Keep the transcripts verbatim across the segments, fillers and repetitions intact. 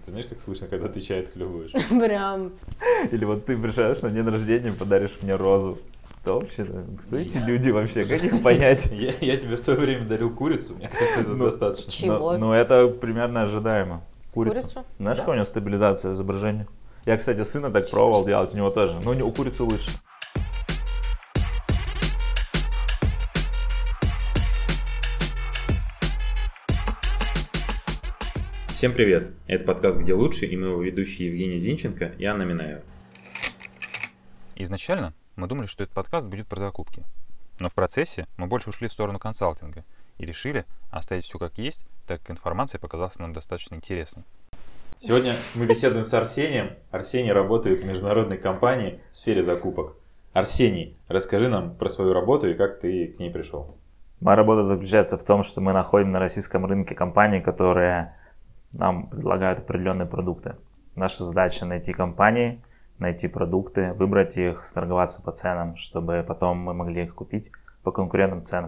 Ты знаешь, как слышно, когда отвечает, хлебываешь? Прям. Или вот ты приезжаешь на день рождения, подаришь мне розу. Кто вообще? Кто эти люди вообще? Как их понять? Я, я тебе в свое время дарил курицу, мне кажется, это Ну, достаточно. Чего? Ну, ну, это примерно ожидаемо. Курицу. Курицу? Знаешь, Да. какая у него стабилизация изображения? Я, кстати, сына так пробовал делать, у него тоже. Но у курицы лучше. Всем привет! Это подкаст «Где лучше» и мы его ведущие Евгений Зинченко и Анна Минаева. Изначально мы думали, что этот подкаст будет про закупки. Но в процессе мы больше ушли в сторону консалтинга и решили оставить все как есть, так как информация показалась нам достаточно интересной. Сегодня мы беседуем с Арсением. Арсений работает в международной компании в сфере закупок. Арсений, расскажи нам про свою работу и как ты к ней пришел. Моя работа заключается в том, что мы находим на российском рынке компании, которые нам предлагают определенные продукты. Наша задача найти компании, найти продукты, выбрать их, сторговаться по ценам, чтобы потом мы могли их купить по конкурентным ценам.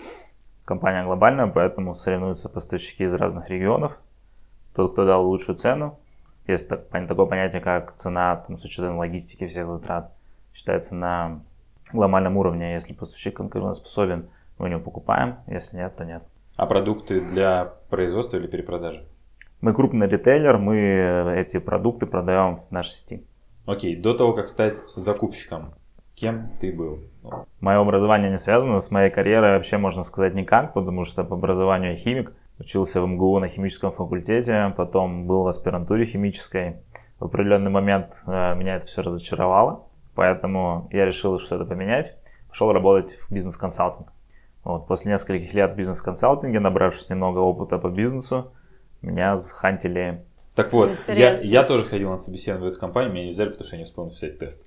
Компания глобальная, поэтому соревнуются поставщики из разных регионов. Тот, кто дал лучшую цену, есть так, такое понятие, как цена там, с учетом логистики всех затрат, считается на глобальном уровне. Если поставщик конкурентоспособен, мы у него покупаем, если нет, то нет. А продукты для производства или перепродажи? Мы крупный ритейлер, мы эти продукты продаем в нашей сети. Окей, до того, как стать закупщиком, кем ты был? Мое образование не связано с моей карьерой, вообще можно сказать никак, потому что по образованию я химик. Учился в эм гэ у на химическом факультете, потом был в аспирантуре химической. В определенный момент э, меня это все разочаровало, поэтому я решил что-то поменять. Пошел работать в бизнес-консалтинг. Вот, после нескольких лет в бизнес-консалтинге, набравшись немного опыта по бизнесу, меня захантили. Так вот, я, Интересно. я тоже ходил на собеседование в эту компанию, меня не взяли, потому что я не успел написать тест.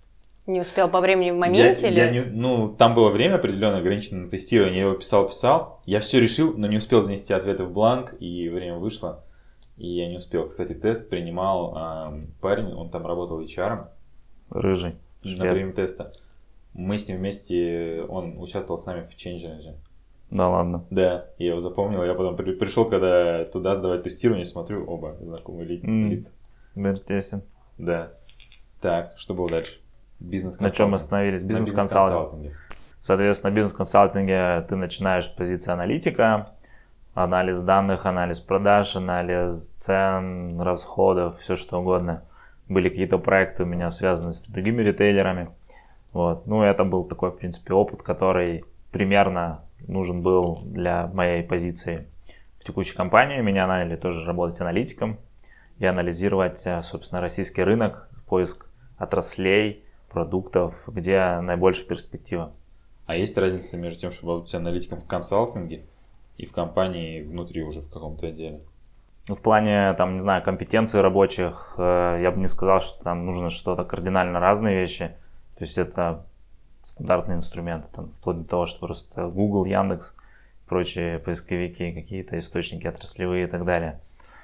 Не успел по времени в моменте Я- или... я не- ну, там было время определенное, ограниченное на тестирование, я его писал-писал, я все решил, но не успел занести ответы в бланк, и время вышло, и я не успел. Кстати, тест принимал эм, парень, он там работал эйч ар Рыжий. на швед. время теста. Мы с ним вместе, он участвовал с нами в Change. Да ладно. Да, я его запомнил, я потом при- пришел, когда туда сдавать тестирование, смотрю, оба знакомые ли- М. лица. Интересно. Да. Так, что было дальше? На Бизнес-консалтинг. чем мы остановились? На Бизнес-консалтинг. бизнес-консалтинге. Соответственно, в бизнес-консалтинге ты начинаешь с позиции аналитика, анализ данных, анализ продаж, анализ цен, расходов, все что угодно. Были какие-то проекты у меня связаны с другими ритейлерами. Вот. Ну, это был такой, в принципе, опыт, который примерно нужен был для моей позиции в текущей компании. Меня наняли тоже работать аналитиком и анализировать, собственно, российский рынок, поиск отраслей, продуктов, где наибольшая перспектива. А есть разница между тем, чтобы быть аналитиком в консалтинге и в компании внутри уже в каком-то отделе? Ну, в плане, там, не знаю, компетенций рабочих, э, я бы не сказал, что там нужно что-то кардинально разные вещи. То есть это стандартные инструменты, там, вплоть до того, что просто Google, Яндекс, прочие поисковики, какие-то источники отраслевые и так далее.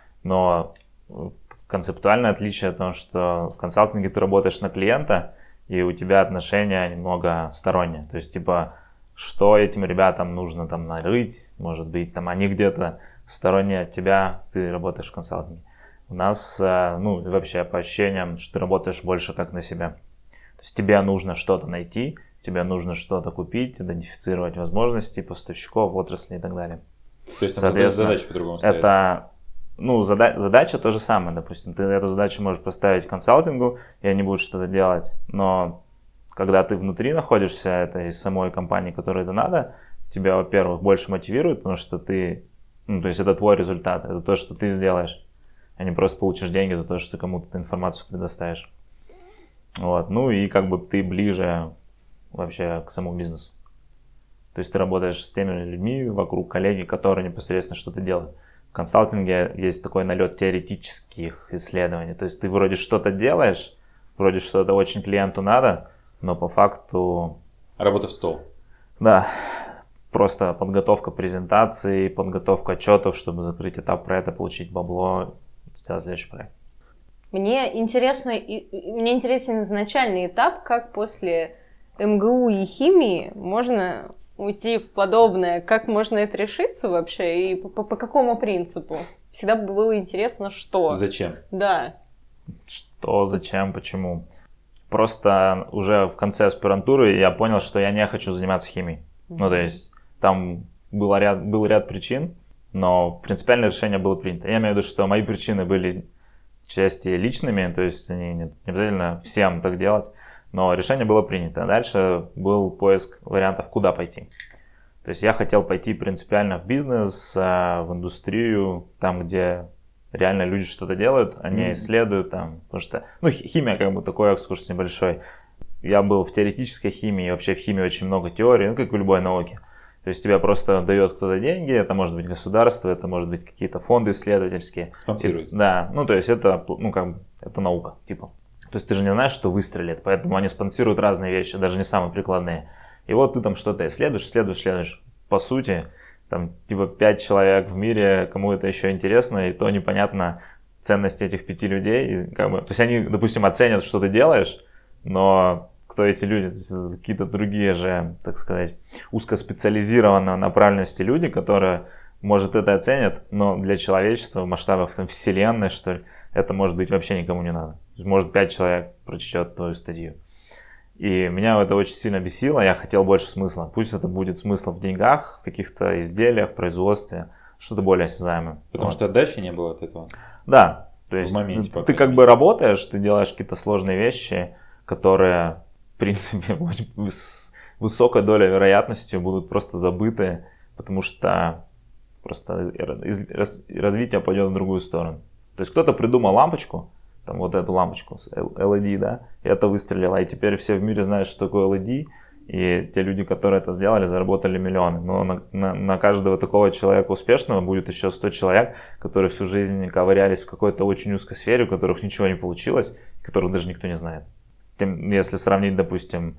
Но э, концептуальное отличие в том, что в консалтинге ты работаешь на клиента, и у тебя отношения немного сторонние. То есть, типа, что этим ребятам нужно там нарыть, может быть, там они где-то сторонние от тебя, ты работаешь в консалтинге. У нас, э, ну, вообще по ощущениям, что ты работаешь больше как на себя. То есть тебе нужно что-то найти, тебе нужно что-то купить, идентифицировать возможности поставщиков, отрасли и так далее. То есть там Соответственно, задача по-другому ставится? Это, ну, зада- задача то же самое, допустим. Ты эту задачу можешь поставить консалтингу, и они будут что-то делать. Но когда ты внутри находишься этой самой компании, которой это надо, тебя, во-первых, больше мотивирует, потому что ты, ну, то есть это твой результат, это то, что ты сделаешь, а не просто получишь деньги за то, что ты кому-то эту информацию предоставишь. Вот. Ну и как бы ты ближе вообще к самому бизнесу. То есть ты работаешь с теми людьми вокруг, коллеги, которые непосредственно что-то делают. В консалтинге есть такой налет теоретических исследований. То есть ты вроде что-то делаешь, вроде что-то очень клиенту надо, но по факту... Работа в стол. Да, просто подготовка презентаций, подготовка отчетов, чтобы закрыть этап проекта, получить бабло, сделать следующий проект. Мне интересно, и- и- мне интересен изначальный этап, как после эм гэ у и химии можно уйти в подобное, как можно это решиться вообще и по, по- по какому принципу? всегда было интересно, что. Зачем? Да. Что, зачем, почему? Просто уже в конце аспирантуры я понял, что я не хочу заниматься химией. Mm-hmm. Ну, то есть там был ряд, был ряд причин, но принципиальное решение было принято. Я имею в виду, что мои причины были части личными, то есть они не, не обязательно всем так делать, но решение было принято. Дальше был поиск вариантов, куда пойти. То есть я хотел пойти принципиально в бизнес, в индустрию, там, где реально люди что-то делают, они mm-hmm. исследуют там, потому что, ну, химия как бы такой экскурс небольшой. Я был в теоретической химии, вообще в химии очень много теорий, ну, как в любой науке. То есть тебе просто дает кто-то деньги, это может быть государство, это может быть какие-то фонды исследовательские. Спонсируют. Да, ну, то есть это, ну, как бы, это наука, типа. То есть ты же не знаешь, что выстрелит, поэтому они спонсируют разные вещи, даже не самые прикладные. И вот ты там что-то исследуешь, исследуешь, исследуешь. По сути, там типа пять человек в мире, кому это еще интересно, и то непонятно ценность этих пяти людей. И, как бы, то есть они, допустим, оценят, что ты делаешь, но кто эти люди? То есть какие-то другие же, так сказать, узкоспециализированно направленности люди, которые, может, это оценят, но для человечества в масштабах там, вселенной, что ли, это, может быть, вообще никому не надо. То есть, может, пять человек прочтет твою статью. И меня это очень сильно бесило, я хотел больше смысла. Пусть это будет смысл в деньгах, в каких-то изделиях, производстве, что-то более осязаемое. Потому вот. Что отдачи не было от этого? Да, то есть в моменте, ты, ты как бы работаешь, ты делаешь какие-то сложные вещи, которые, в принципе, с высокой долей вероятностью будут просто забыты, потому что просто развитие пойдет в другую сторону. То есть кто-то придумал лампочку, там вот эту лампочку с эл и ди, да, и это выстрелило, и теперь все в мире знают, что такое эл и ди, и те люди, которые это сделали, заработали миллионы. Но на, на, на каждого такого человека успешного будет еще сто человек, которые всю жизнь ковырялись в какой-то очень узкой сфере, у которых ничего не получилось, которых даже никто не знает. Тем, если сравнить, допустим,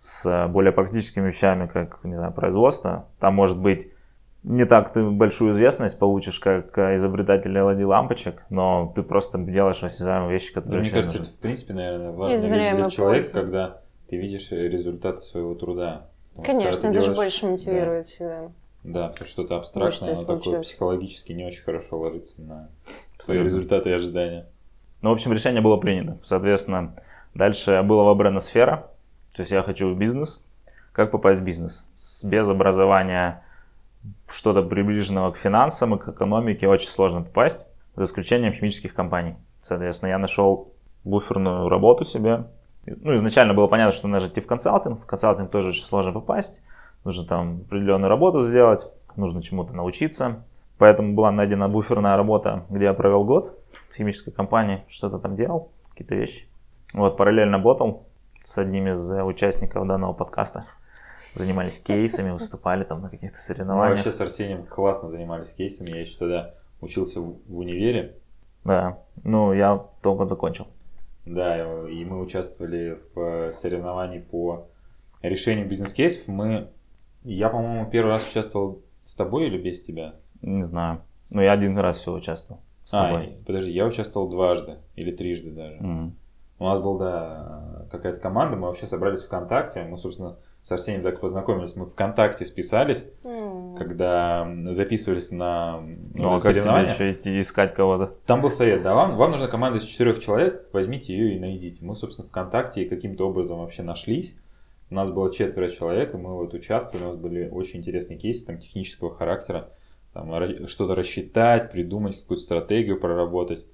с более практическими вещами, как, не знаю, производство, там может быть не так ты большую известность получишь, как изобретатель эл и ди лампочек, но ты просто делаешь осязаемые вещи, которые... Да, мне кажется, нужны. Это в принципе, наверное, важная вещь для человека, когда ты видишь результаты своего труда. Потому Конечно, это же больше мотивирует да. всегда. Да, потому что что-то абстрактное, оно такое психологически не очень хорошо ложится на свои результаты и ожидания. Ну, в общем, решение было принято. Соответственно, дальше была выбрана сфера, то есть я хочу в бизнес. Как попасть в бизнес? Без образования... что-то приближенного к финансам и к экономике очень сложно попасть, за исключением химических компаний. Соответственно, я нашел буферную работу себе. Ну, изначально было понятно, что надо идти в консалтинг. В консалтинг тоже очень сложно попасть. Нужно там определенную работу сделать, нужно чему-то научиться. Поэтому была найдена буферная работа, где я провел год в химической компании, что-то там делал, какие-то вещи. Вот, параллельно работал с одним из участников данного подкаста. Занимались кейсами, выступали там на каких-то соревнованиях. Мы вообще с Арсением классно занимались кейсами. Я еще тогда учился в, в универе. Да, ну я только закончил. Да, и мы участвовали в соревновании по решению бизнес-кейсов. Мы, я, по-моему, первый раз участвовал с тобой или без тебя? Не знаю. Ну, я один раз все участвовал с а, тобой. Подожди, я участвовал дважды или трижды даже. Mm-hmm. У нас была, да, какая-то команда, мы вообще собрались ВКонтакте. Мы, собственно, с Арсением так познакомились. Мы ВКонтакте списались, mm. когда записывались на, ну, на а соревнования. Как тебе еще идти искать кого-то? Там был совет, да, вам, вам нужна команда из четырех человек, возьмите ее и найдите. Мы, собственно, ВКонтакте каким-то образом вообще нашлись. У нас было четверо человек, и мы вот участвовали, у нас были очень интересные кейсы там, технического характера. Там, что-то рассчитать, придумать какую-то стратегию, проработать.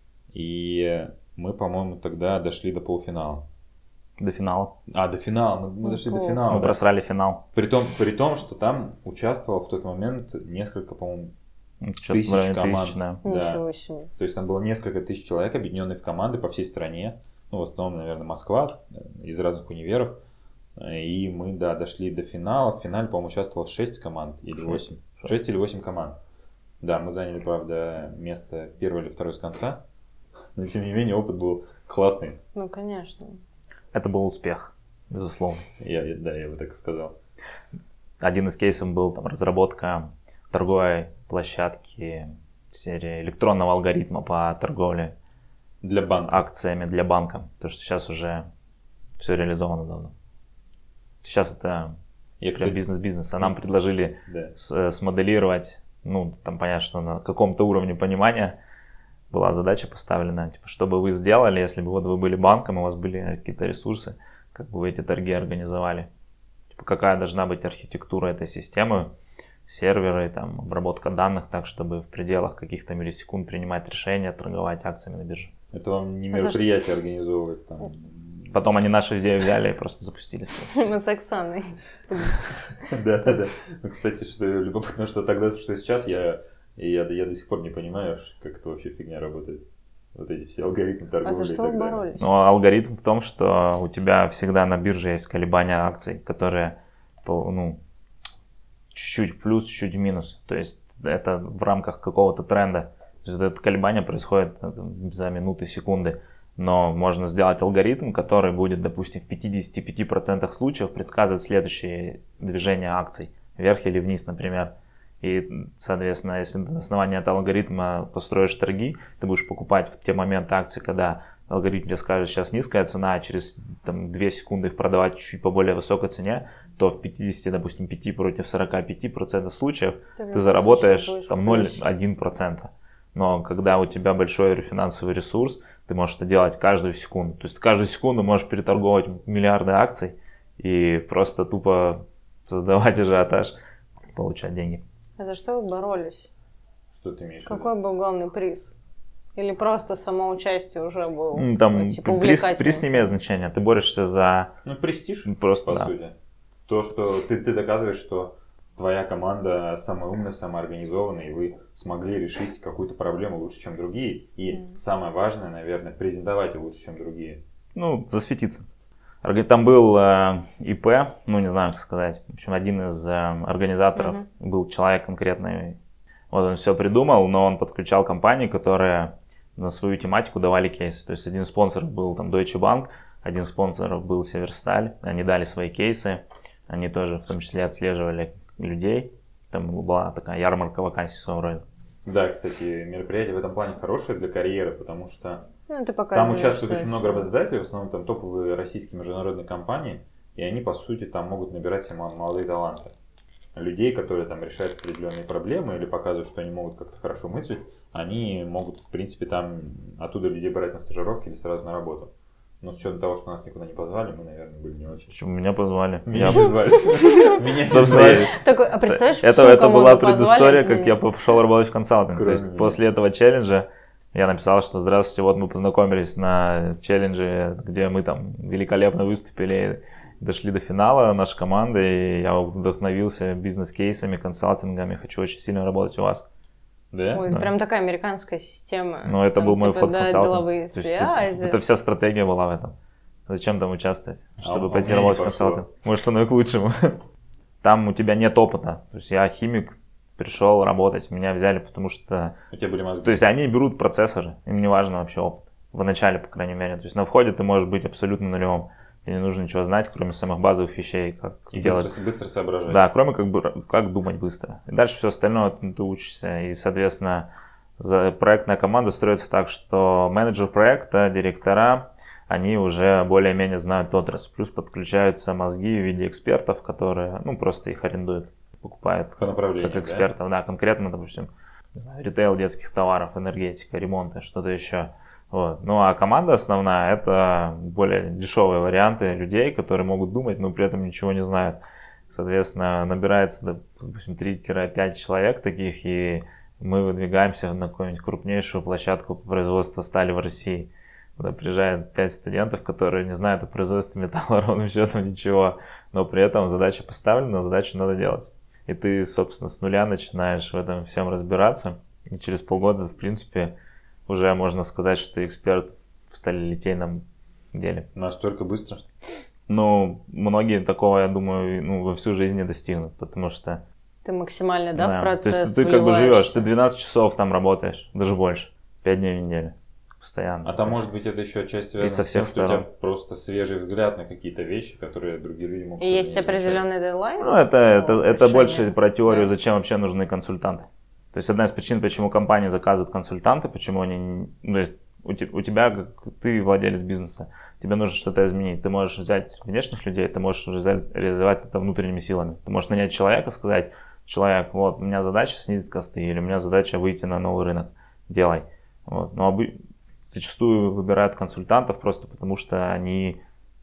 И мы, по-моему, тогда дошли до полуфинала. До финала. А, до финала. Мы, мы дошли до финала. Мы да. просрали финал. При том, при том, что там участвовало в тот момент несколько, по-моему, что-то тысяч команд. Тысяч, да. Да. То есть там было несколько тысяч человек, объединенных в команды по всей стране. Ну, в основном, наверное, Москва, из разных универов. И мы, да, дошли до финала. В финале, по-моему, участвовало шесть команд или восемь. шесть или восемь команд. Да, мы заняли, правда, место первое или второе с конца. Но, тем не менее, опыт был классный. Ну, конечно. Это был успех, безусловно. Я, да, я бы так сказал. Один из кейсов был там, разработка торговой площадки серии электронного алгоритма по торговле для банка. Акциями для банка. Потому что сейчас уже все реализовано давно. Сейчас это я, кстати, бизнес-бизнес. А нам предложили да. с, смоделировать ну, там понятно, что на каком-то уровне понимания была задача поставлена, типа, что бы вы сделали, если бы вот вы были банком, у вас были какие-то ресурсы, как бы вы эти торги организовали. Типа, какая должна быть архитектура этой системы, серверы, там, обработка данных так, чтобы в пределах каких-то миллисекунд принимать решения, торговать акциями на бирже. Это вам не мероприятие организовывать там. Потом они нашу идею взяли и просто запустились. Мы с Оксаной. Да-да-да. Ну, кстати, что любопытно, что тогда, что сейчас, я, я, я до сих пор не понимаю, как это вообще фигня работает. Вот эти все алгоритмы торговли. А за что вы боролись? Ну, алгоритм в том, что у тебя всегда на бирже есть колебания акций, которые, ну, чуть-чуть в плюс, чуть-чуть в минус. То есть это в рамках какого-то тренда. То есть это колебание происходит за минуты, секунды. Но можно сделать алгоритм, который будет, допустим, в пятидесяти пяти процентах случаев предсказывать следующие движения акций, вверх или вниз, например. И, соответственно, если на основании этого алгоритма построишь торги, ты будешь покупать в те моменты акции, когда алгоритм тебе скажет, сейчас низкая цена, а через там, две секунды их продавать чуть по более высокой цене, то в пятидесяти, допустим, пяти против сорока пяти процентов случаев ты, ты заработаешь там ноль целых одна десятая процента. Но когда у тебя большой финансовый ресурс, ты можешь это делать каждую секунду. То есть каждую секунду можешь переторговать миллиарды акций и просто тупо создавать ажиотаж, получать деньги. А за что вы боролись? Что ты имеешь в виду? Какой был главный приз? Или просто само участие уже было там, типа, приз, приз не имеет значения. Ты борешься за... Ну, престиж, просто, по да. сути. То, что ты, ты доказываешь, что твоя команда самая умная, самая организованная, и вы смогли решить какую-то проблему лучше, чем другие. И mm. самое важное, наверное, презентовать ее лучше, чем другие. Ну, засветиться. Там был э, ИП, ну не знаю, как сказать. В общем, один из э, организаторов mm-hmm. был человек конкретный. Вот он все придумал, но он подключал компании, которые на свою тематику давали кейсы. То есть один спонсор был там Deutsche Bank, один спонсор был Северсталь. Они дали свои кейсы. Они тоже в том числе отслеживали людей. Там была такая ярмарка вакансий своего рода. Да, кстати, мероприятие в этом плане хорошее для карьеры, потому что ну, там участвует очень много работодателей, в основном там топовые российские международные компании, и они, по сути, там могут набирать себе молодые таланты. Людей, которые там решают определенные проблемы или показывают, что они могут как-то хорошо мыслить, они могут, в принципе, там оттуда людей брать на стажировки или сразу на работу. Но с учетом того, что нас никуда не позвали, мы, наверное, были не очень. Почему? Меня позвали. Меня позвали. Меня позвали. А представляешь, это, это была предыстория, как я пошел работать в консалтинг. То есть после этого челленджа я написал, что здравствуйте, вот мы познакомились на челлендже, где мы там великолепно выступили, дошли до финала, наша команда, и я вдохновился бизнес-кейсами, консалтингами, хочу очень сильно работать у вас. Да? Ой, да. Прям такая американская система. Ну, это там, был мой типа, вход в да, консалтинг. деловые связи. Это, это вся стратегия была в этом. Зачем там участвовать? Чтобы а, пойти а работать в консалтинг. Может, оно и к лучшему. Там у тебя нет опыта. То есть я химик, пришел работать, меня взяли, потому что... У тебя были мозги. То есть они берут процессоры, им не важно вообще опыт. В начале, по крайней мере. То есть на входе ты можешь быть абсолютно нулевым. Тебе не нужно ничего знать, кроме самых базовых вещей, как и делать. Быстро, быстро соображать. Да, кроме как, бы, как думать быстро. И дальше все остальное ты учишься. И, соответственно, проектная команда строится так, что менеджер проекта, директора, они уже более-менее знают отрасль. Плюс подключаются мозги в виде экспертов, которые, ну, просто их арендуют, покупают по направлению, как экспертов. Да, да конкретно, допустим, не знаю, ритейл детских товаров, энергетика, ремонты, что-то еще. Вот. Ну а команда основная — это более дешевые варианты людей, которые могут думать, но при этом ничего не знают. Соответственно, набирается, допустим, три-пять человек таких, и мы выдвигаемся на какую-нибудь крупнейшую площадку по производству стали в России. Куда приезжают пять студентов, которые не знают о производстве металла ровным счетом ничего, но при этом задача поставлена, задачу надо делать. И ты, собственно, с нуля начинаешь в этом всем разбираться, и через полгода, в принципе, уже можно сказать, что ты эксперт в сталелитейном деле. Настолько быстро? Ну, многие такого, я думаю, ну, во всю жизнь не достигнут, потому что... Ты максимально, да, да, в процесс то есть ты как бы живешь, ты двенадцать часов там работаешь, даже больше, пять дней в неделю, постоянно. А там, может быть, это еще часть связана с тем, что у тебя просто свежий взгляд на какие-то вещи, которые другие люди могут... И есть определенный дедлайн? Ну, это, это, это больше про теорию, да? Зачем вообще нужны консультанты. То есть одна из причин, почему компании заказывают консультанты, почему они... Ну, то есть у тебя, ты владелец бизнеса, тебе нужно что-то изменить. Ты можешь взять внешних людей, ты можешь реализовать это внутренними силами. Ты можешь нанять человека, сказать, человек, вот, у меня задача снизить косты, или у меня задача выйти на новый рынок, делай. Вот. Но обы... зачастую выбирают консультантов просто потому, что они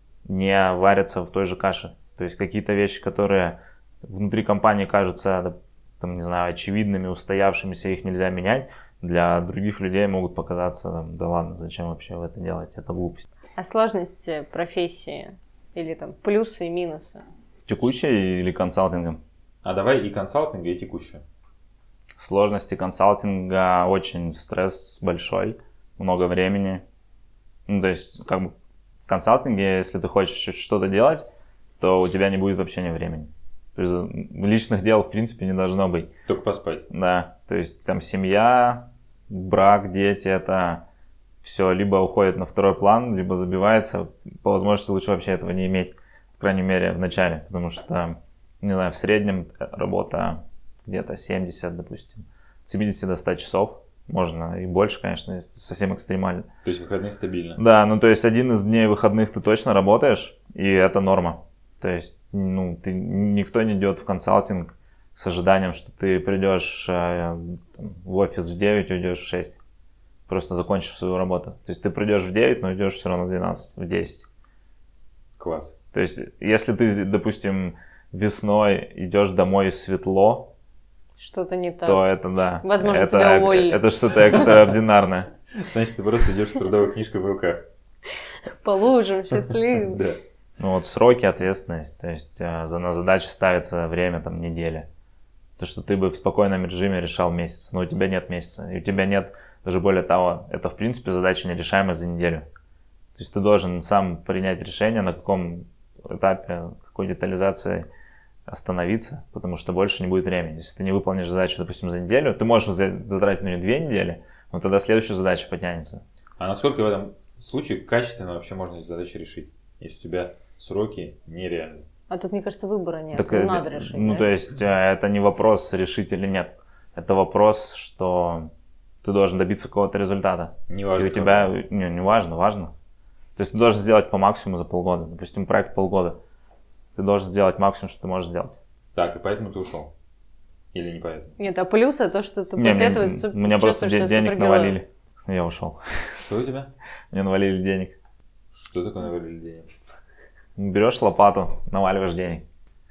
не варятся в той же каше. То есть какие-то вещи, которые внутри компании кажутся, там, не знаю, очевидными, устоявшимися, их нельзя менять, для других людей могут показаться, там, да ладно, зачем вообще в это делать, это глупость. А сложности профессии или там плюсы и минусы? Текущей или консалтингом? А давай и консалтинга, и текущую. Сложности консалтинга очень стресс большой, много времени. Ну, то есть, как бы в консалтинге, если ты хочешь что-то делать, то у тебя не будет вообще ни времени. То есть личных дел, в принципе, не должно быть. Только поспать. Да, то есть там семья, брак, дети, это все либо уходит на второй план, либо забивается. По возможности лучше вообще этого не иметь, по крайней мере, в начале. Потому что, не знаю, в среднем работа где-то семьдесят, допустим, от семидесяти до ста часов. Можно и больше, конечно, если совсем экстремально. То есть выходные стабильно? Да, ну то есть один из дней выходных ты точно работаешь, и это норма. То есть, ну, ты, никто не идет в консалтинг с ожиданием, что ты придешь э, в офис в девять, уйдешь в шесть. Просто закончишь свою работу. То есть ты придешь в девять, но идешь все равно в двенадцать, в десять. Класс. То есть если ты, допустим, весной идешь домой и светло, что-то не так. То это да. Возможно, это, тебя уволили. Это что-то экстраординарное. Значит, ты просто идешь с трудовой книжкой в руках. По лужам, счастливым. Да. Ну вот сроки, ответственность, то есть э, за на задачи ставится время, там, неделя. То, что ты бы в спокойном режиме решал месяц, но у тебя нет месяца, и у тебя нет, даже более того, это в принципе задача нерешаемая за неделю. То есть ты должен сам принять решение, на каком этапе, какой детализации остановиться, потому что больше не будет времени. Если ты не выполнишь задачу, допустим, за неделю, ты можешь затратить на нее две недели, но тогда следующая задача потянется. А насколько в этом случае качественно вообще можно эти задачи решить, если у тебя сроки нереальны? А тут, мне кажется, выбора нет. Так, ну, надо решить. Ну, да? то есть, это не вопрос, решить или нет. Это вопрос, что ты должен добиться какого-то результата. Не важно. И у тебя, не, не важно, важно. То есть, ты должен сделать по максимуму за полгода. Допустим, проект полгода. Ты должен сделать максимум, что ты можешь сделать. Так, и поэтому ты ушел? Или не поэтому? Нет, а плюс это то, что ты Не, после мне, этого суп- мне просто чувствуешь себя денег супергероем. навалили. Я ушел. Что у тебя? Мне навалили денег. Что такое навалили денег? Берешь лопату, наваливаешь денег.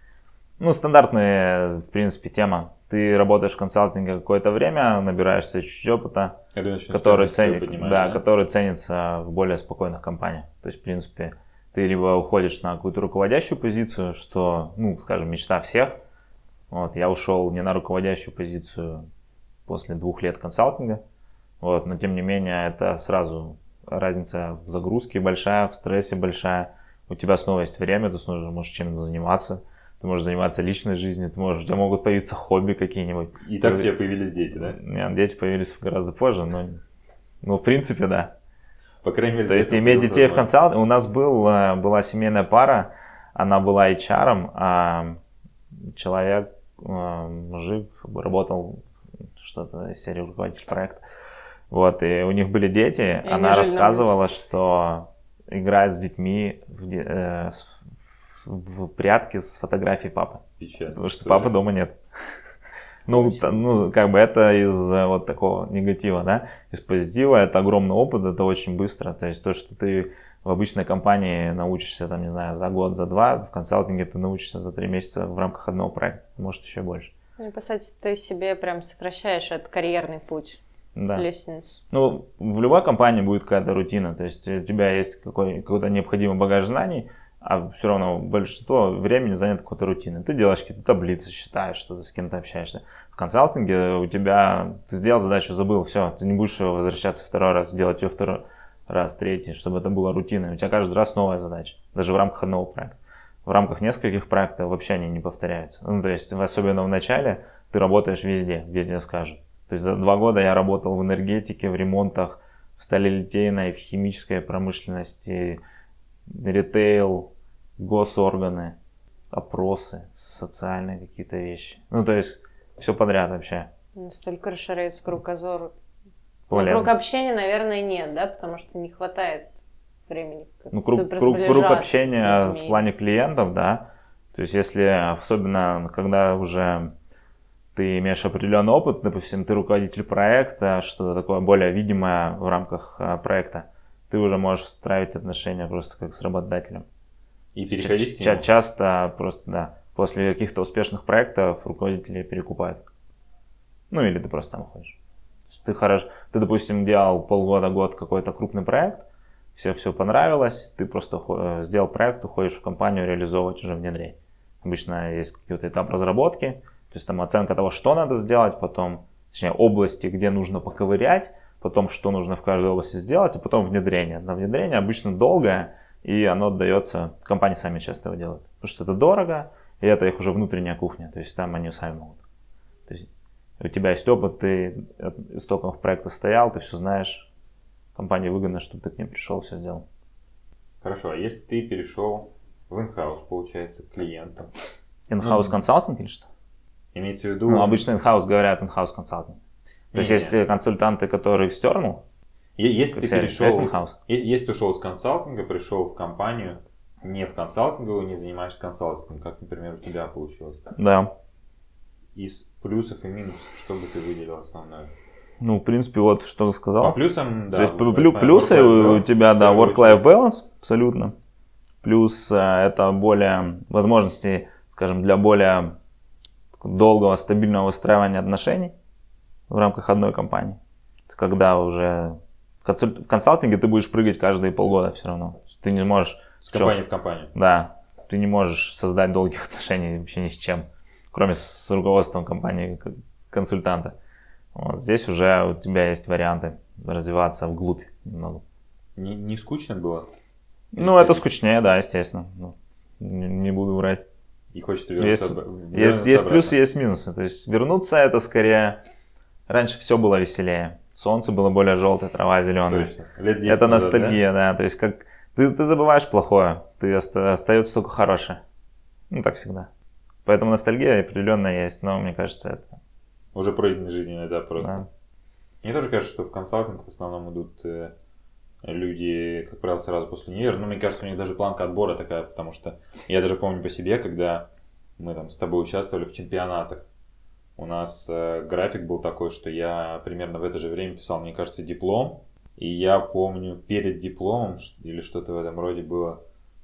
Ну, стандартная, в принципе, тема. Ты работаешь в консалтинге какое-то время, набираешься чуть-чуть опыта, который, цени... да, да? который ценится в более спокойных компаниях. То есть, в принципе, ты либо уходишь на какую-то руководящую позицию, что, ну, скажем, мечта всех. Вот, я ушел не на руководящую позицию после двух лет консалтинга. Вот, но, тем не менее, это сразу разница в загрузке большая, в стрессе большая. У тебя снова есть время, ты снова можешь чем-то заниматься. Ты можешь заниматься личной жизнью, ты можешь, у тебя могут появиться хобби какие-нибудь. И так у тебя появились дети, да? Нет, дети появились гораздо позже, но, ну, в принципе, да. По крайней мере, то есть иметь детей в консалтинге. У нас был, была семейная пара, она была эйч ар, а человек, мужик, работал что-то из серии руководитель проекта. Вот, и у них были дети, и она рассказывала, что играет с детьми в, э, в прятки с фотографией папы. Печально. Потому что папы дома нет. Ну, ну, как бы это из вот такого негатива, да. Из позитива это огромный опыт, это очень быстро. То есть то, что ты в обычной компании научишься, там, не знаю, за год, за два, в консалтинге ты научишься за три месяца в рамках одного проекта, может еще больше. Ну, по сути, ты себе прям сокращаешь этот карьерный путь. Да. Лестницу. Ну, в любой компании будет какая-то рутина, то есть у тебя есть какой, какой-то необходимый багаж знаний, а все равно большинство времени занято какой-то рутиной. Ты делаешь какие-то таблицы, считаешь что-то, с кем-то общаешься. В консалтинге у тебя, ты сделал задачу, забыл, все, ты не будешь возвращаться второй раз, делать ее второй раз, третий, чтобы это было рутиной. У тебя каждый раз новая задача, даже в рамках одного проекта. В рамках нескольких проектов вообще они не повторяются. Ну, то есть, особенно в начале, ты работаешь везде, где тебе скажут. То есть за два года я работал в энергетике, в ремонтах, в сталелитейной, в химической промышленности, ритейл, госорганы, опросы, социальные какие-то вещи. Ну, то есть все подряд вообще. Настолько расширяется кругозор. Полезно. Ну, круг общения, наверное, нет, да, потому что не хватает времени. Ну, круг, круг, круг общения в плане клиентов, да. То есть если, особенно когда уже ты имеешь определенный опыт, допустим, ты руководитель проекта, что-то такое более видимое в рамках а, проекта, ты уже можешь строить отношения просто как с работодателем. И переходить к Ча- нему. Часто просто, да, после каких-то успешных проектов руководители перекупают. Ну, или ты просто сам уходишь. То есть Ты, хорош, ты, допустим, делал полгода-год какой-то крупный проект, все все понравилось, ты просто хо- сделал проект, уходишь в компанию реализовывать уже внедрение. Обычно есть какой-то этап разработки, то есть там оценка того, что надо сделать, потом, точнее, области, где нужно поковырять, потом, что нужно в каждой области сделать, а потом внедрение. На внедрение обычно долгое, и оно отдается, компании сами часто его делают, потому что это дорого, и это их уже внутренняя кухня, то есть там они сами могут. То есть у тебя есть опыт, ты от истоков проекта стоял, ты все знаешь, компании выгодно, чтобы ты к ним пришел, все сделал. Хорошо, а если ты перешел в инхаус, получается, к клиентам? In-house Ну, консалтинг или что? Имеется в виду... Ну, обычно in-house говорят in-house консалтинг. То есть Не-не. есть консультанты, которые external, Е- Если ты как перешел... есть in-house. Если, если ты ушел с консалтинга, пришел в компанию, не в консалтинговую, не занимаешься консалтингом, как, например, у тебя получилось. Да. Из плюсов и минусов, что бы ты выделил основное? Ну, в принципе, вот что сказал. По плюсам, да. То есть вот, плю- по- плюсы work-life у balance, тебя, в да, первую work-life очередь. balance, абсолютно. Плюс э, это более возможности, скажем, для более долгого, стабильного выстраивания отношений в рамках одной компании. Когда уже в консуль- в консалтинге ты будешь прыгать каждые полгода все равно. Ты не можешь... С компании в компанию. Да, ты не можешь создать долгих отношений вообще ни с чем, кроме с руководством компании как консультанта. Вот здесь уже у тебя есть варианты развиваться вглубь немного. Не, не скучно было? Ну, это скучнее, да, естественно. Ну, не, не буду врать. И хочется вернуться, Есть, об- есть, вернуться есть обратно. плюсы, есть минусы. То есть вернуться это скорее... Раньше все было веселее. Солнце было более желтое, трава зеленая. Точно. Лет десять Это назад, ностальгия, да? То есть как ты, ты забываешь плохое, ты оста- остается только хорошее. Ну, так всегда. Поэтому ностальгия определенно есть, но мне кажется, это... да? Уже пройденный жизненный этап просто. Да. Мне тоже кажется, что в консалтинг в основном идут э, люди, как правило, сразу после универа. Ну, мне кажется, у них даже планка отбора такая, потому что я даже помню по себе, когда мы там с тобой участвовали в чемпионатах, у нас э, график был такой, что я примерно в это же время писал, мне кажется, диплом. И я помню, перед дипломом ш- или что-то в этом роде было,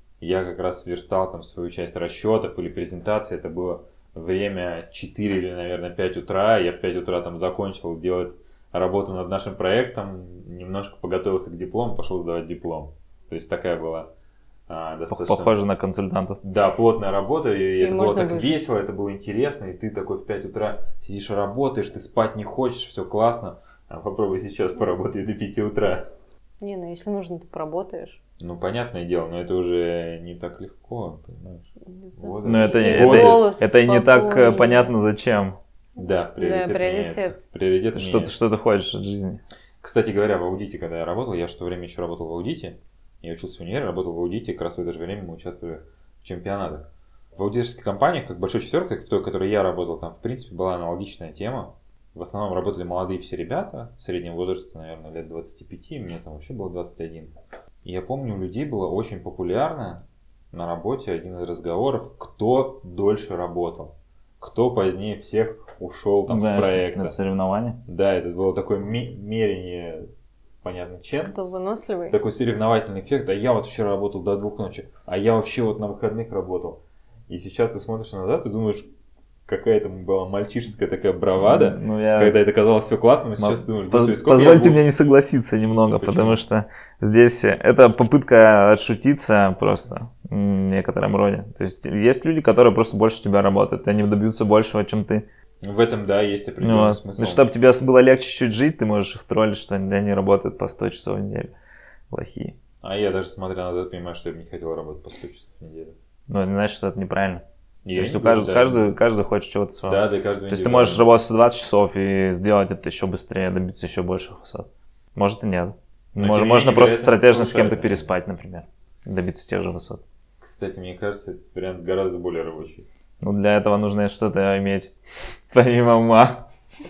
я как раз сверстал там свою часть расчетов или презентации. Это было время четыре или, наверное, пять утра. Я в пять утра там закончил делать работу над нашим проектом, немножко подготовился к диплому, пошел сдавать диплом. То есть такая была а, достаточно... Похоже на консультантов. Да, плотная работа, и, И это было можно так выжить. весело, это было интересно, и ты такой в пять утра сидишь и работаешь, ты спать не хочешь, все классно. А попробуй сейчас поработать до пяти утра. Не, ну если нужно, ты поработаешь. Ну, понятное дело, но это уже не так легко, понимаешь? Вот Но это, И это, голос это и не так э, спокойный. понятно зачем. Да, приоритет, Да, приоритет. меняется. Приоритет Что, ты- меняется. что ты хочешь от жизни. Кстати говоря, в аудите, когда я работал, я в то время еще работал в аудите, я учился в универе, работал в аудите, как раз в это же время мы участвовали в чемпионатах. В аудиторских компаниях, как Большой Четверка, в той, в которой я работал, там, в принципе, была аналогичная тема. В основном работали молодые все ребята, среднего возраста, наверное, лет двадцати пяти, мне там вообще было двадцать один. И я помню, у людей было очень популярно на работе один из разговоров, кто дольше работал, кто позднее всех ушел там Да, с проекта. это соревнование. Да, это было такое ми- мерение, понятно чем. Кто выносливый? Такой соревновательный эффект. А я вот вчера работал до двух ночи, а я вообще вот на выходных работал. И сейчас ты смотришь назад и думаешь, какая там была мальчишеская такая бравада, Ну, я... когда это казалось все классно, а сейчас Мо- ты думаешь, Поз- господи, сколько я Позвольте буду- мне не согласиться немного, Почему? потому что здесь это попытка отшутиться просто в некотором роде. То есть есть люди, которые просто больше тебя работают, и они добьются большего, чем ты. В этом, да, есть Ну, определенный вот. смысл. Чтобы тебе было легче чуть жить, ты можешь их троллить, что они они работают по сто часов в неделю. Плохие. А я даже смотря назад понимаю, что я бы не хотел работать по сто часов в неделю. Но это не значит, что это неправильно. Я То есть не у каждого, буду, да. каждый, каждый хочет чего-то своего. Да, да, каждого То есть ты можешь индивидуально. работать сто двадцать часов и сделать это еще быстрее, добиться еще больших высот. Может и нет. Но Можно, тем не можно менее, просто вероятность стратежно с кем-то повышает, да. переспать, например. Добиться тех же высот. Кстати, мне кажется, этот вариант гораздо более рабочий. Ну, для этого нужно что-то иметь помимо ума.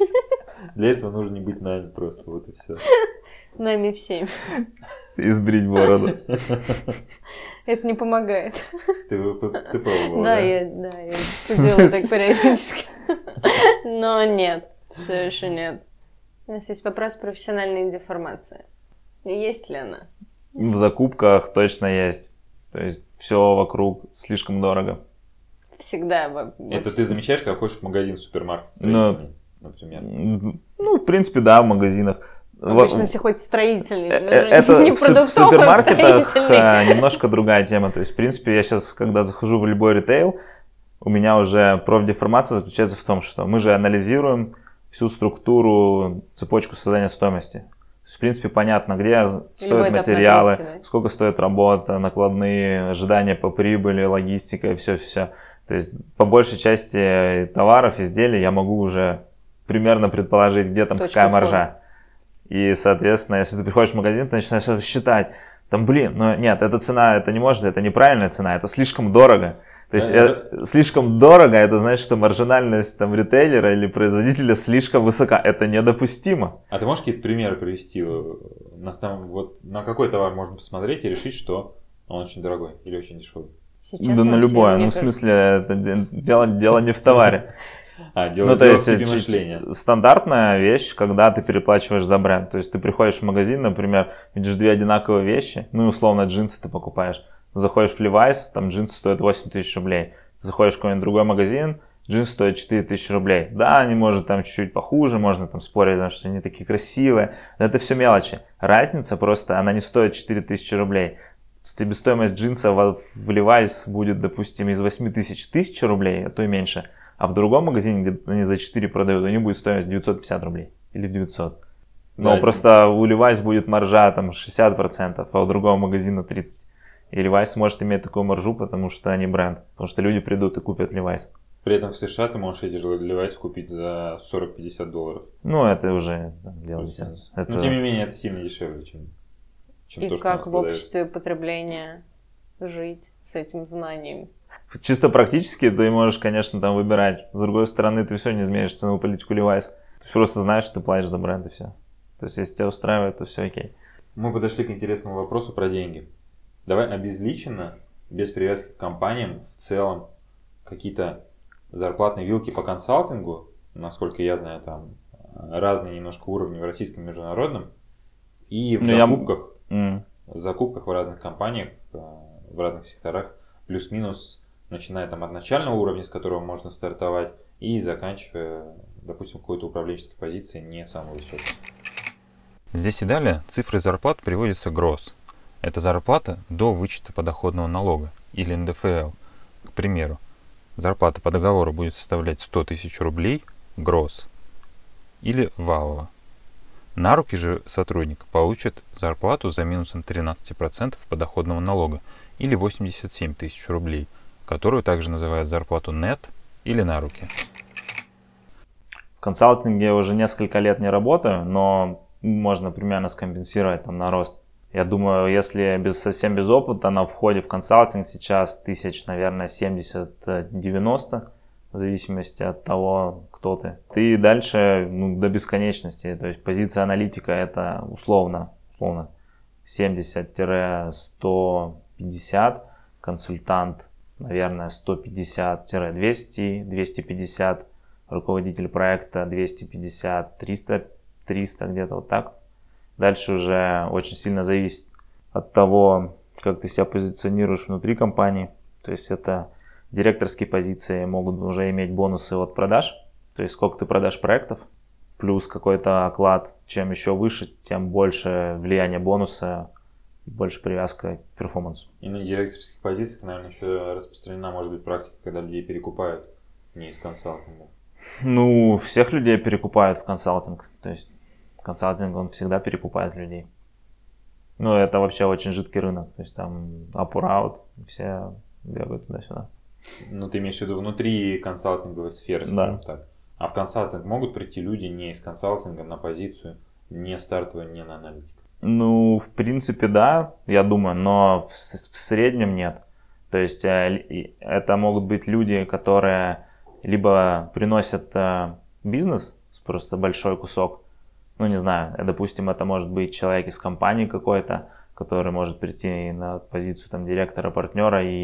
Для этого нужно не быть нами просто, вот и все. Нами всеми. И сбрить бороду. Это не помогает. Ты, ты пробовала, Да, да? я, да, я делаю так периодически. Но нет, все еще нет. У нас есть вопрос профессиональной деформации. Есть ли она? В закупках точно есть. То есть все вокруг слишком дорого. Всегда. Это ты замечаешь, когда ходишь в магазин, в супермаркет строительный, например? Ну, в принципе, да, в магазинах. Обычно в... все ходят в строительный. Это не в, в супермаркетах а, немножко другая тема. То есть, в принципе, я сейчас, когда захожу в любой ритейл, у меня уже профдеформация заключается в том, что мы же анализируем всю структуру, цепочку создания стоимости. То есть, в принципе, понятно, где стоят материалы, нагрузки, да? Сколько стоит работа, накладные, ожидания по прибыли, логистика и все-все. То есть, по большей части товаров, изделий я могу уже примерно предположить, где там Точка какая фон. маржа. И, соответственно, если ты приходишь в магазин, ты начинаешь считать, там, блин, ну нет, эта цена, это не может, это неправильная цена, это слишком дорого. То есть, это, слишком дорого, это значит, что маржинальность там ритейлера или производителя слишком высока. Это недопустимо. А ты можешь какие-то примеры привести? Нас там, вот, на какой товар можно посмотреть и решить, что он очень дорогой или очень дешевый? Сейчас да на любое, ну в смысле, это дело, дело не в товаре. А, дело, ну, то есть, мышления. Стандартная вещь, когда ты переплачиваешь за бренд. То есть ты приходишь в магазин, например, видишь две одинаковые вещи, ну условно джинсы ты покупаешь. Заходишь в Levi's, там джинсы стоят восемь тысяч рублей. Заходишь в какой-нибудь другой магазин, джинсы стоят четыре тысячи рублей. Да, они, может, там чуть-чуть похуже, можно там спорить, потому что они такие красивые. Но это все мелочи. Разница просто, она не стоит четыре тысячи рублей. Себестоимость джинса в Levi's будет, допустим, из восемь тысяч тысяча рублей, а то и меньше. А в другом магазине, где они за четыре продают, у них будет стоимость девятьсот пятьдесят рублей. Или девятьсот. Но да, просто у Levi's будет маржа там шестьдесят процентов, а у другого магазина тридцать процентов. И Levi's может иметь такую маржу, потому что они бренд. Потому что люди придут и купят Levi's. При этом в США ты можешь эти же Levi's купить за сорок-пятьдесят долларов. Ну, это уже да, дело не это... Но тем не менее, это сильно дешевле, чем, чем и то, что как в обществе потребления жить с этим знанием? Чисто практически ты можешь, конечно, там выбирать. С другой стороны, ты все не изменишь ценовую политику Levi's. Ты просто знаешь, что ты платишь за бренд и все. То есть, если тебя устраивает, то все окей. Мы подошли к интересному вопросу про деньги. Давай обезличенно, без привязки к компаниям, в целом, какие-то зарплатные вилки по консалтингу, насколько я знаю, там разные немножко уровни в российском и международном, и в ну, закупках, я... mm. в закупках в разных компаниях, в разных секторах, плюс-минус, начиная там от начального уровня, с которого можно стартовать, и заканчивая, допустим, какой-то управленческой позиции не самой высокой. Здесь и далее цифры зарплат приводятся gross. Это зарплата до вычета подоходного налога, или эн дэ эф эл. К примеру, зарплата по договору будет составлять сто тысяч рублей gross или валово. На руки же сотрудник получит зарплату за минусом тринадцать процентов подоходного налога, или восемьдесят семь тысяч рублей, которую также называют зарплату нет или на руки. В консалтинге я уже несколько лет не работаю, но можно примерно скомпенсировать там на рост. Я думаю, если без, совсем без опыта на входе в консалтинг сейчас тысяч, наверное, семьдесят-девяносто, в зависимости от того, кто ты. Ты дальше ну, до бесконечности, то есть позиция аналитика это условно, условно семьдесят-сто пятьдесят, консультант, наверное, сто пятьдесят-двести, двести пятьдесят, руководитель проекта двести пятьдесят, триста, триста где-то вот так. Дальше уже очень сильно зависит от того, как ты себя позиционируешь внутри компании. То есть это директорские позиции могут уже иметь бонусы от продаж. То есть сколько ты продашь проектов, плюс какой-то оклад. Чем еще выше, тем больше влияние бонуса, больше привязка к перформансу. И на директорских позициях, наверное, еще распространена может быть практика, когда людей перекупают не из консалтинга. Ну, всех людей перекупают в консалтинг. То есть консалтинг, он всегда перекупает людей. Ну, это вообще очень жидкий рынок. То есть там up-out, все бегают туда-сюда. Ну, ты имеешь в виду внутри консалтинговой сферы, скажем да. так. А в консалтинг могут прийти люди не из консалтинга на позицию, не стартовую, не на аналитику? Ну, в принципе, да, я думаю, но в, в среднем нет. То есть это могут быть люди, которые либо приносят бизнес, просто большой кусок, ну, не знаю, допустим, это может быть человек из компании какой-то, который может прийти на позицию там директора, партнера и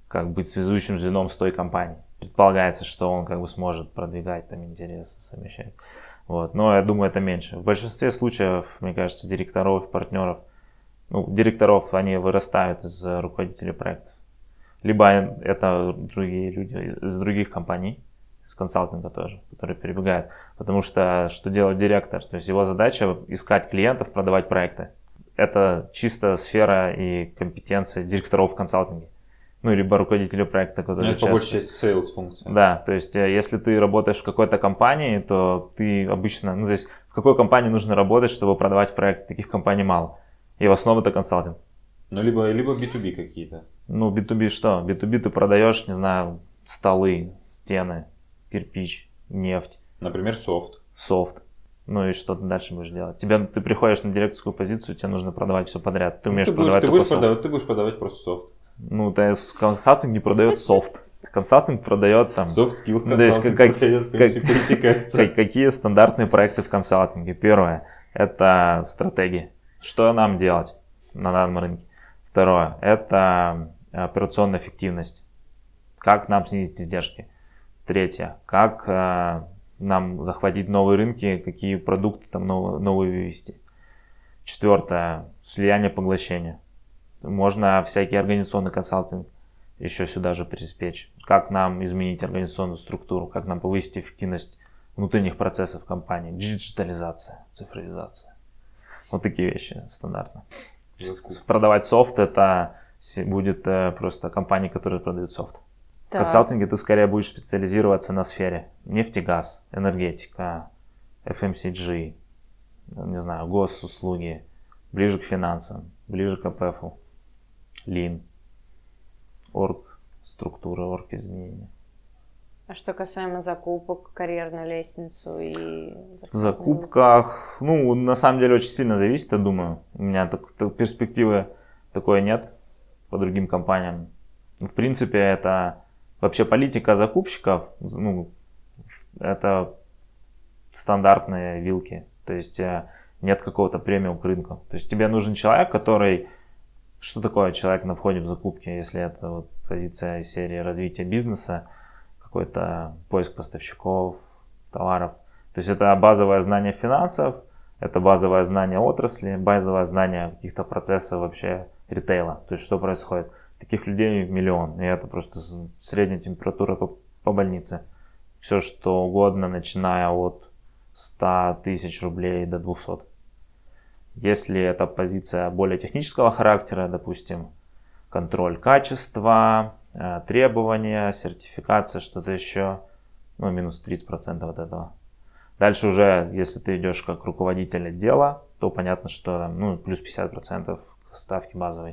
как быть связующим звеном с той компанией. Предполагается, что он как бы сможет продвигать там интересы, совмещать. Вот. Но я думаю, это меньше. В большинстве случаев, мне кажется, директоров, партнеров, ну, директоров, они вырастают из руководителей проектов. Либо это другие люди из других компаний, из консалтинга тоже, которые перебегают. Потому что что делает директор? То есть его задача искать клиентов, продавать проекты. Это чисто сфера и компетенция директоров в консалтинге. Ну, либо руководителей проекта, которые это по большей части sales функция. Да, то есть если ты работаешь в какой-то компании, то ты обычно, ну, то есть в какой компании нужно работать, чтобы продавать проект? Таких компаний мало. И в основном это консалтинг. Ну, либо, либо би ту би какие-то. Ну, би ту би что? би ту би ты продаешь, не знаю, столы, стены, кирпич, нефть. Например, софт. Софт. Ну и что ты дальше будешь делать? Тебе, ты приходишь на директорскую позицию, тебе нужно продавать все подряд. Ты умеешь ну, ты будешь, продавать ты будешь софт. продавать, ты будешь продавать просто софт. Ну, то есть консалтинг не продает софт. Консалтинг продает там... Soft skills ну, то есть, консалтинг как, продает, в принципе, пересекается. Как, какие стандартные проекты в консалтинге? Первое – это стратегии. Что нам делать на данном рынке? Второе – это операционная эффективность. Как нам снизить издержки? Третье – как э, нам захватить новые рынки, какие продукты там новые, новые вывести. Четвертое – слияние поглощения. Можно всякий организационный консалтинг еще сюда же приспечь. Как нам изменить организационную структуру, как нам повысить эффективность внутренних процессов компании. Диджитализация, цифровизация. Вот такие вещи стандартно. Продавать софт — это будет просто компании, которые продают софт. В консалтинге ты скорее будешь специализироваться на сфере нефть и газ, энергетика, эф эм си джи, не знаю, госуслуги, ближе к финансам, ближе к эй пи эф, лин, орг, структура, орг изменения. А что касаемо закупок, карьерную лестницу и... В закупках, ну, на самом деле очень сильно зависит, я думаю. У меня так, так, перспективы такой нет по другим компаниям. В принципе, это вообще политика закупщиков, ну, это стандартные вилки. То есть нет какого-то премиум к рынку. То есть тебе нужен человек, который... Что такое человек на входе в закупки, если это вот позиция из серии развития бизнеса, какой-то поиск поставщиков, товаров. То есть это базовое знание финансов, это базовое знание отрасли, базовое знание каких-то процессов вообще ритейла. То есть что происходит. Таких людей миллион, и это просто средняя температура по, по больнице. Все что угодно, начиная от ста тысяч рублей до двухсот. Если это позиция более технического характера, допустим, контроль качества, требования, сертификация, что-то еще, ну, минус тридцать процентов от этого. Дальше уже, если ты идешь как руководитель отдела, то понятно, что там, ну, плюс пятьдесят процентов ставки базовой.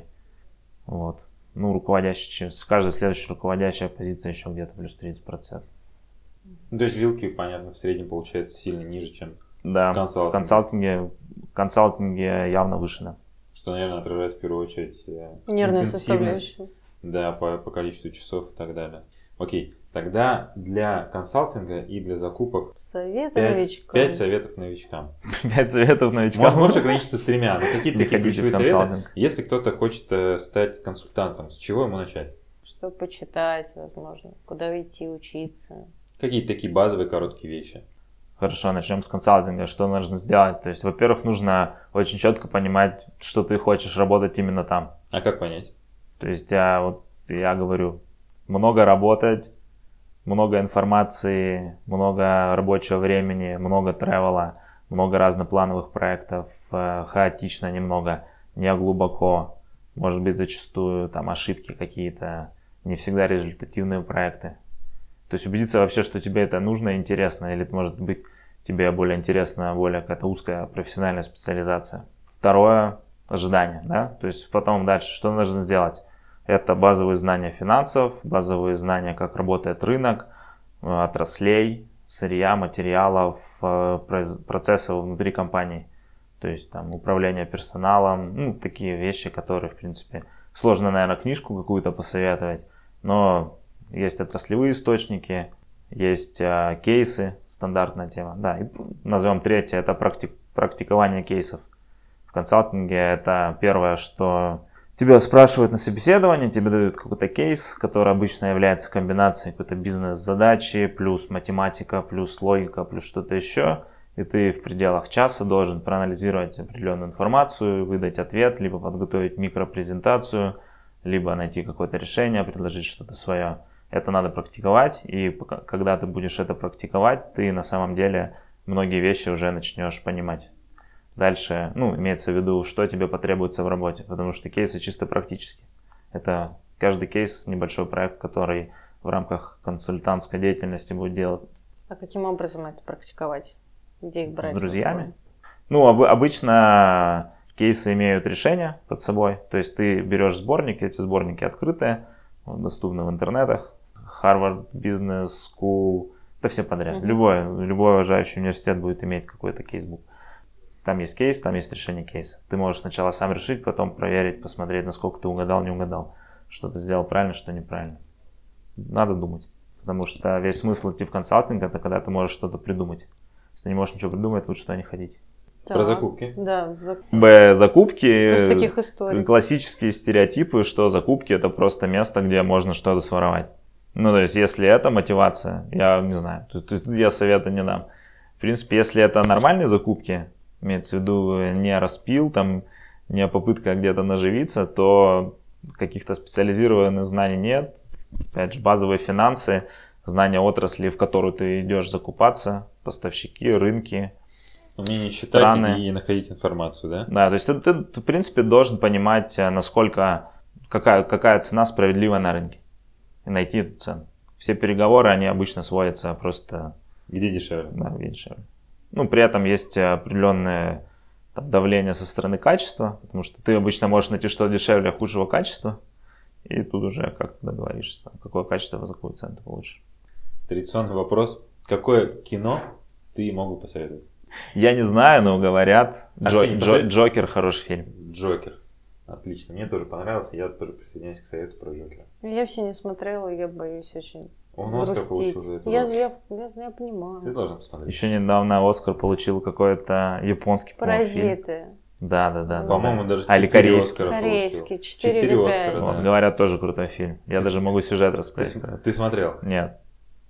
Вот. Ну, руководящий, с каждой следующей руководящая позиция еще где-то плюс тридцать процентов. Ну, то есть вилки, понятно, в среднем получается сильно ниже, чем да, в консалтинге. В консалтинге, в консалтинге явно выше, да. Что, наверное, отражает в первую очередь нервную составляющую. Да, по, по количеству часов и так далее. Окей, тогда для консалтинга и для закупок Советы новичкам. Пять советов новичкам. Пять советов новичкам. Можешь, можешь ограничиться с тремя, но какие-то такие ключевые советы, если кто-то хочет стать консультантом, с чего ему начать? Что почитать, возможно, куда идти учиться. Какие-то такие базовые короткие вещи. Хорошо, начнем с консалтинга. Что нужно сделать? То есть, во-первых, нужно очень четко понимать, что ты хочешь работать именно там. А как понять? То есть, я, вот, я говорю, много работать, много информации, много рабочего времени, много тревела, много разноплановых проектов, хаотично немного, не глубоко. Может быть, зачастую там ошибки какие-то, не всегда результативные проекты. То есть убедиться вообще, что тебе это нужно, интересно, или может быть тебе более интересна более какая-то узкая профессиональная специализация. Второе – ожидание, да, то есть потом дальше, что нужно сделать? Это базовые знания финансов, базовые знания, как работает рынок, отраслей, сырья, материалов, процессов внутри компании. То есть там управление персоналом, ну, такие вещи, которые, в принципе, сложно, наверное, книжку какую-то посоветовать, но есть отраслевые источники, есть э, кейсы, стандартная тема. Да, и назовем третье, это практик, практикование кейсов. В консалтинге это первое, что Тебя спрашивают на собеседовании, тебе дают какой-то кейс, который обычно является комбинацией какой-то бизнес-задачи, плюс математика, плюс логика, плюс что-то еще. И ты в пределах часа должен проанализировать определенную информацию, выдать ответ, либо подготовить микропрезентацию, либо найти какое-то решение, предложить что-то свое. Это надо практиковать, и когда ты будешь это практиковать, ты на самом деле многие вещи уже начнешь понимать. Дальше, ну, имеется в виду, что тебе потребуется в работе, потому что кейсы чисто практически. Это каждый кейс небольшой проект, который в рамках консультантской деятельности будет делать. А каким образом это практиковать? Где их брать? С друзьями? Ну, об, обычно кейсы имеют решение под собой. То есть ты берешь сборники, эти сборники открытые, доступны в интернетах. Harvard Business School, это все подряд. Mm-hmm. Любой, любой уважающий университет будет иметь какой-то кейсбук. Там есть кейс, там есть решение кейса. Ты можешь сначала сам решить, потом проверить, посмотреть, насколько ты угадал, не угадал. Что ты сделал правильно, что неправильно. Надо думать. Потому что весь смысл идти в консалтинг, это когда ты можешь что-то придумать. Если ты не можешь ничего придумать, лучше туда не ходить. Да. Про закупки. Да, зак... Б. Закупки. Из таких историй. Классические стереотипы, что закупки это просто место, где можно что-то своровать. Ну, то есть, если это мотивация, я не знаю, тут, тут я совета не дам. В принципе, если это нормальные закупки, имеется в виду не распил, там, не попытка где-то наживиться, то каких-то специализированных знаний нет. Опять же, базовые финансы, знания отрасли, в которую ты идешь закупаться, поставщики, рынки, умение считать страны. И находить информацию, да? Да, то есть ты, ты, ты, в принципе, должен понимать, насколько, какая, какая цена справедливая на рынке. И найти эту цену. Все переговоры, они обычно сводятся просто... Где дешевле? Да, где дешевле. Ну, при этом есть определенное там, давление со стороны качества, потому что ты обычно можешь найти что-то дешевле, худшего качества, и тут уже как-то договоришься, какое качество, за какую цену ты получишь. Традиционный вопрос. Какое кино ты мог бы посоветовать? Я не знаю, но говорят, Арсений, Джо- посовет- Джо- Джокер хороший фильм. Джокер. Отлично. Мне тоже понравился. Я тоже присоединяюсь к совету про Джокера. Я все не смотрела, я боюсь очень Он Оскар грустить. получил за это. Я, я, я, я понимаю. Ты должен посмотреть. Еще недавно Оскар получил какой-то японский по-моему, фильм. Паразиты. Да, да, да. По-моему, да. даже А, или четыре корейский. Оскара Корейский, получил. четыре Четыре или Оскара, пять. Вот, да. говорят, тоже крутой фильм. Я Ты даже с- могу сюжет Ты, рассказать. с- ты смотрел? Нет,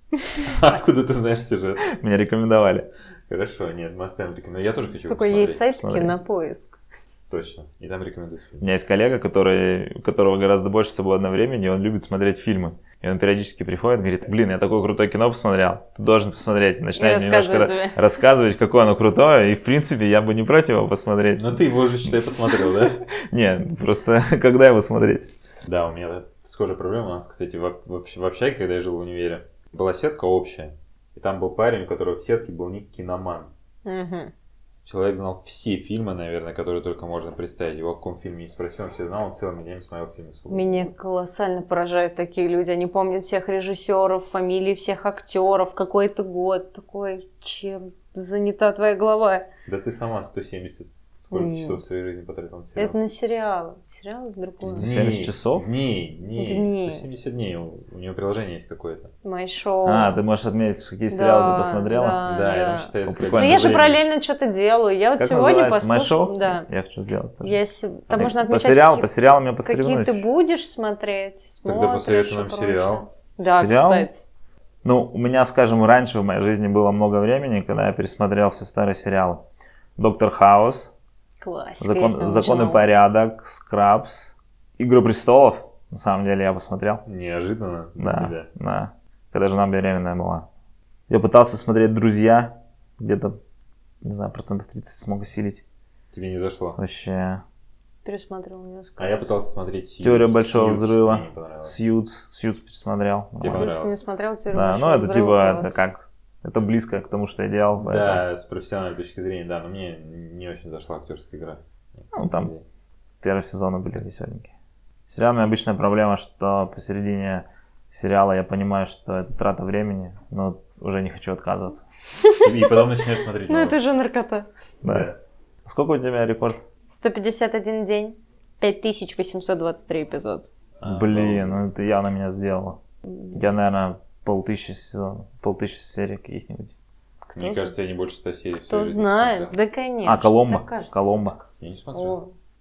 Откуда ты знаешь сюжет? мне рекомендовали. Хорошо, нет, мы оставим рекомендацию. Я тоже хочу Такой посмотреть. есть сайт Посмотри. Кинопоиск. Точно. И там рекомендуют У фильм. меня есть коллега, который, у которого гораздо больше свободного времени, и он любит смотреть фильмы. И он периодически приходит и говорит, блин, я такое крутое кино посмотрел, ты должен посмотреть. И начинает И мне немножко рассказывает ра- тебе. рассказывать, какое оно крутое, и в принципе я бы не против его посмотреть. Но ты его уже, считай, посмотрел, да? Не, просто когда его смотреть? Да, у меня схожая проблема. У нас, кстати, в, об- в, общ- в общаге, когда я жил в универе, была сетка общая. И там был парень, у которого в сетке был ник киноман. Мгм. Человек знал все фильмы, наверное, которые только можно представить. Его о каком фильме не спросил, он все знал, он целыми днями смотрел фильмы. Меня колоссально поражают такие люди. Они помнят всех режиссеров, фамилии всех актеров, какой-то год. Такой, чем занята твоя голова? Да ты сама сто семьдесят сколько Нет. часов в своей жизни потратил на сериал? Это на сериалы. Сериалы другое. Дней. семьдесят часов? Дней, дней. Дней. сто семьдесят дней. У, у него приложение есть какое-то. Мои шоу. А, ты можешь отметить, какие сериалы ты посмотрела? Да, Да, и да. там считается Ну, как прикольно. Ну, я же время. параллельно что-то делаю. Я вот Как сегодня называется? My послушала. Show? Да. Я хочу сделать тоже. Я се- А Там ты можно по отмечать, сериалу, какие, по сериалам я какие посоревнуюсь. ты будешь смотреть, смотришь. Тогда посоветуй и нам прочее. сериал. Да, Сериал? кстати. Ну, у меня, скажем, раньше в моей жизни было много времени, когда я пересмотрел все старые сериалы. Доктор Хаус, Классика. Закон, если Закон и начинала. порядок, Скрабс, Игру престолов. На самом деле я посмотрел. Неожиданно для Да, тебя. да. Когда жена беременная была. Я пытался смотреть «Друзья». Где-то, не знаю, процентов тридцать смог осилить. Тебе не зашло. Вообще. Пересмотрела несколько А я раз. пытался смотреть Сьюз. Теория большого Сьюз. взрыва. Мне не понравилось. Сьюз. Сьюз пересмотрел. Тебе Вот. понравилось? Не смотрел теорию Да, большого ну это взрыва, типа, класс. это как, это близко к тому, что я делал. поэтому- Да, с профессиональной точки зрения, да, но мне не очень зашла актерская игра. Ну, там первые сезоны были веселенькие. С сериалами обычная проблема, что посередине сериала я понимаю, что это трата времени, но уже не хочу отказываться. И потом начинаешь смотреть. Ну новое. это же наркота. Да. Сколько у тебя рекорд? сто пятьдесят один день. пять тысяч восемьсот двадцать три эпизод. А, Блин, ну это явно меня сделало. Я, наверное, полтысячи сезонов, полтысячи серий каких-нибудь. ну, Мне Кто кажется, я не больше ста серий в Кто своей жизни знает? смотрел. Да, конечно. А, Коломбо. так кажется. Коломбо. Я не смотрел. О,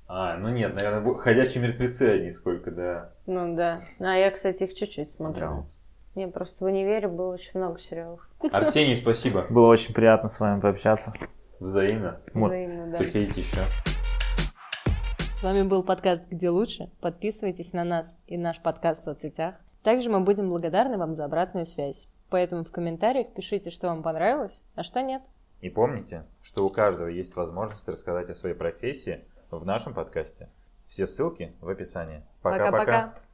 А, ну нет, наверное, бу- «Ходячие мертвецы» они сколько, да. Ну да. А я, кстати, их чуть-чуть смотрела. Нравится. Не, просто в универе было очень много сериалов. Арсений, спасибо. Было очень приятно с вами пообщаться. Взаимно. Вот. Взаимно, да. Приходите еще. С вами был подкаст «Где лучше?». Подписывайтесь на нас и наш подкаст в соцсетях. Также мы будем благодарны вам за обратную связь. Поэтому в комментариях пишите, что вам понравилось, а что нет. И помните, что у каждого есть возможность рассказать о своей профессии в нашем подкасте. Все ссылки в описании. Пока-пока. Пока-пока.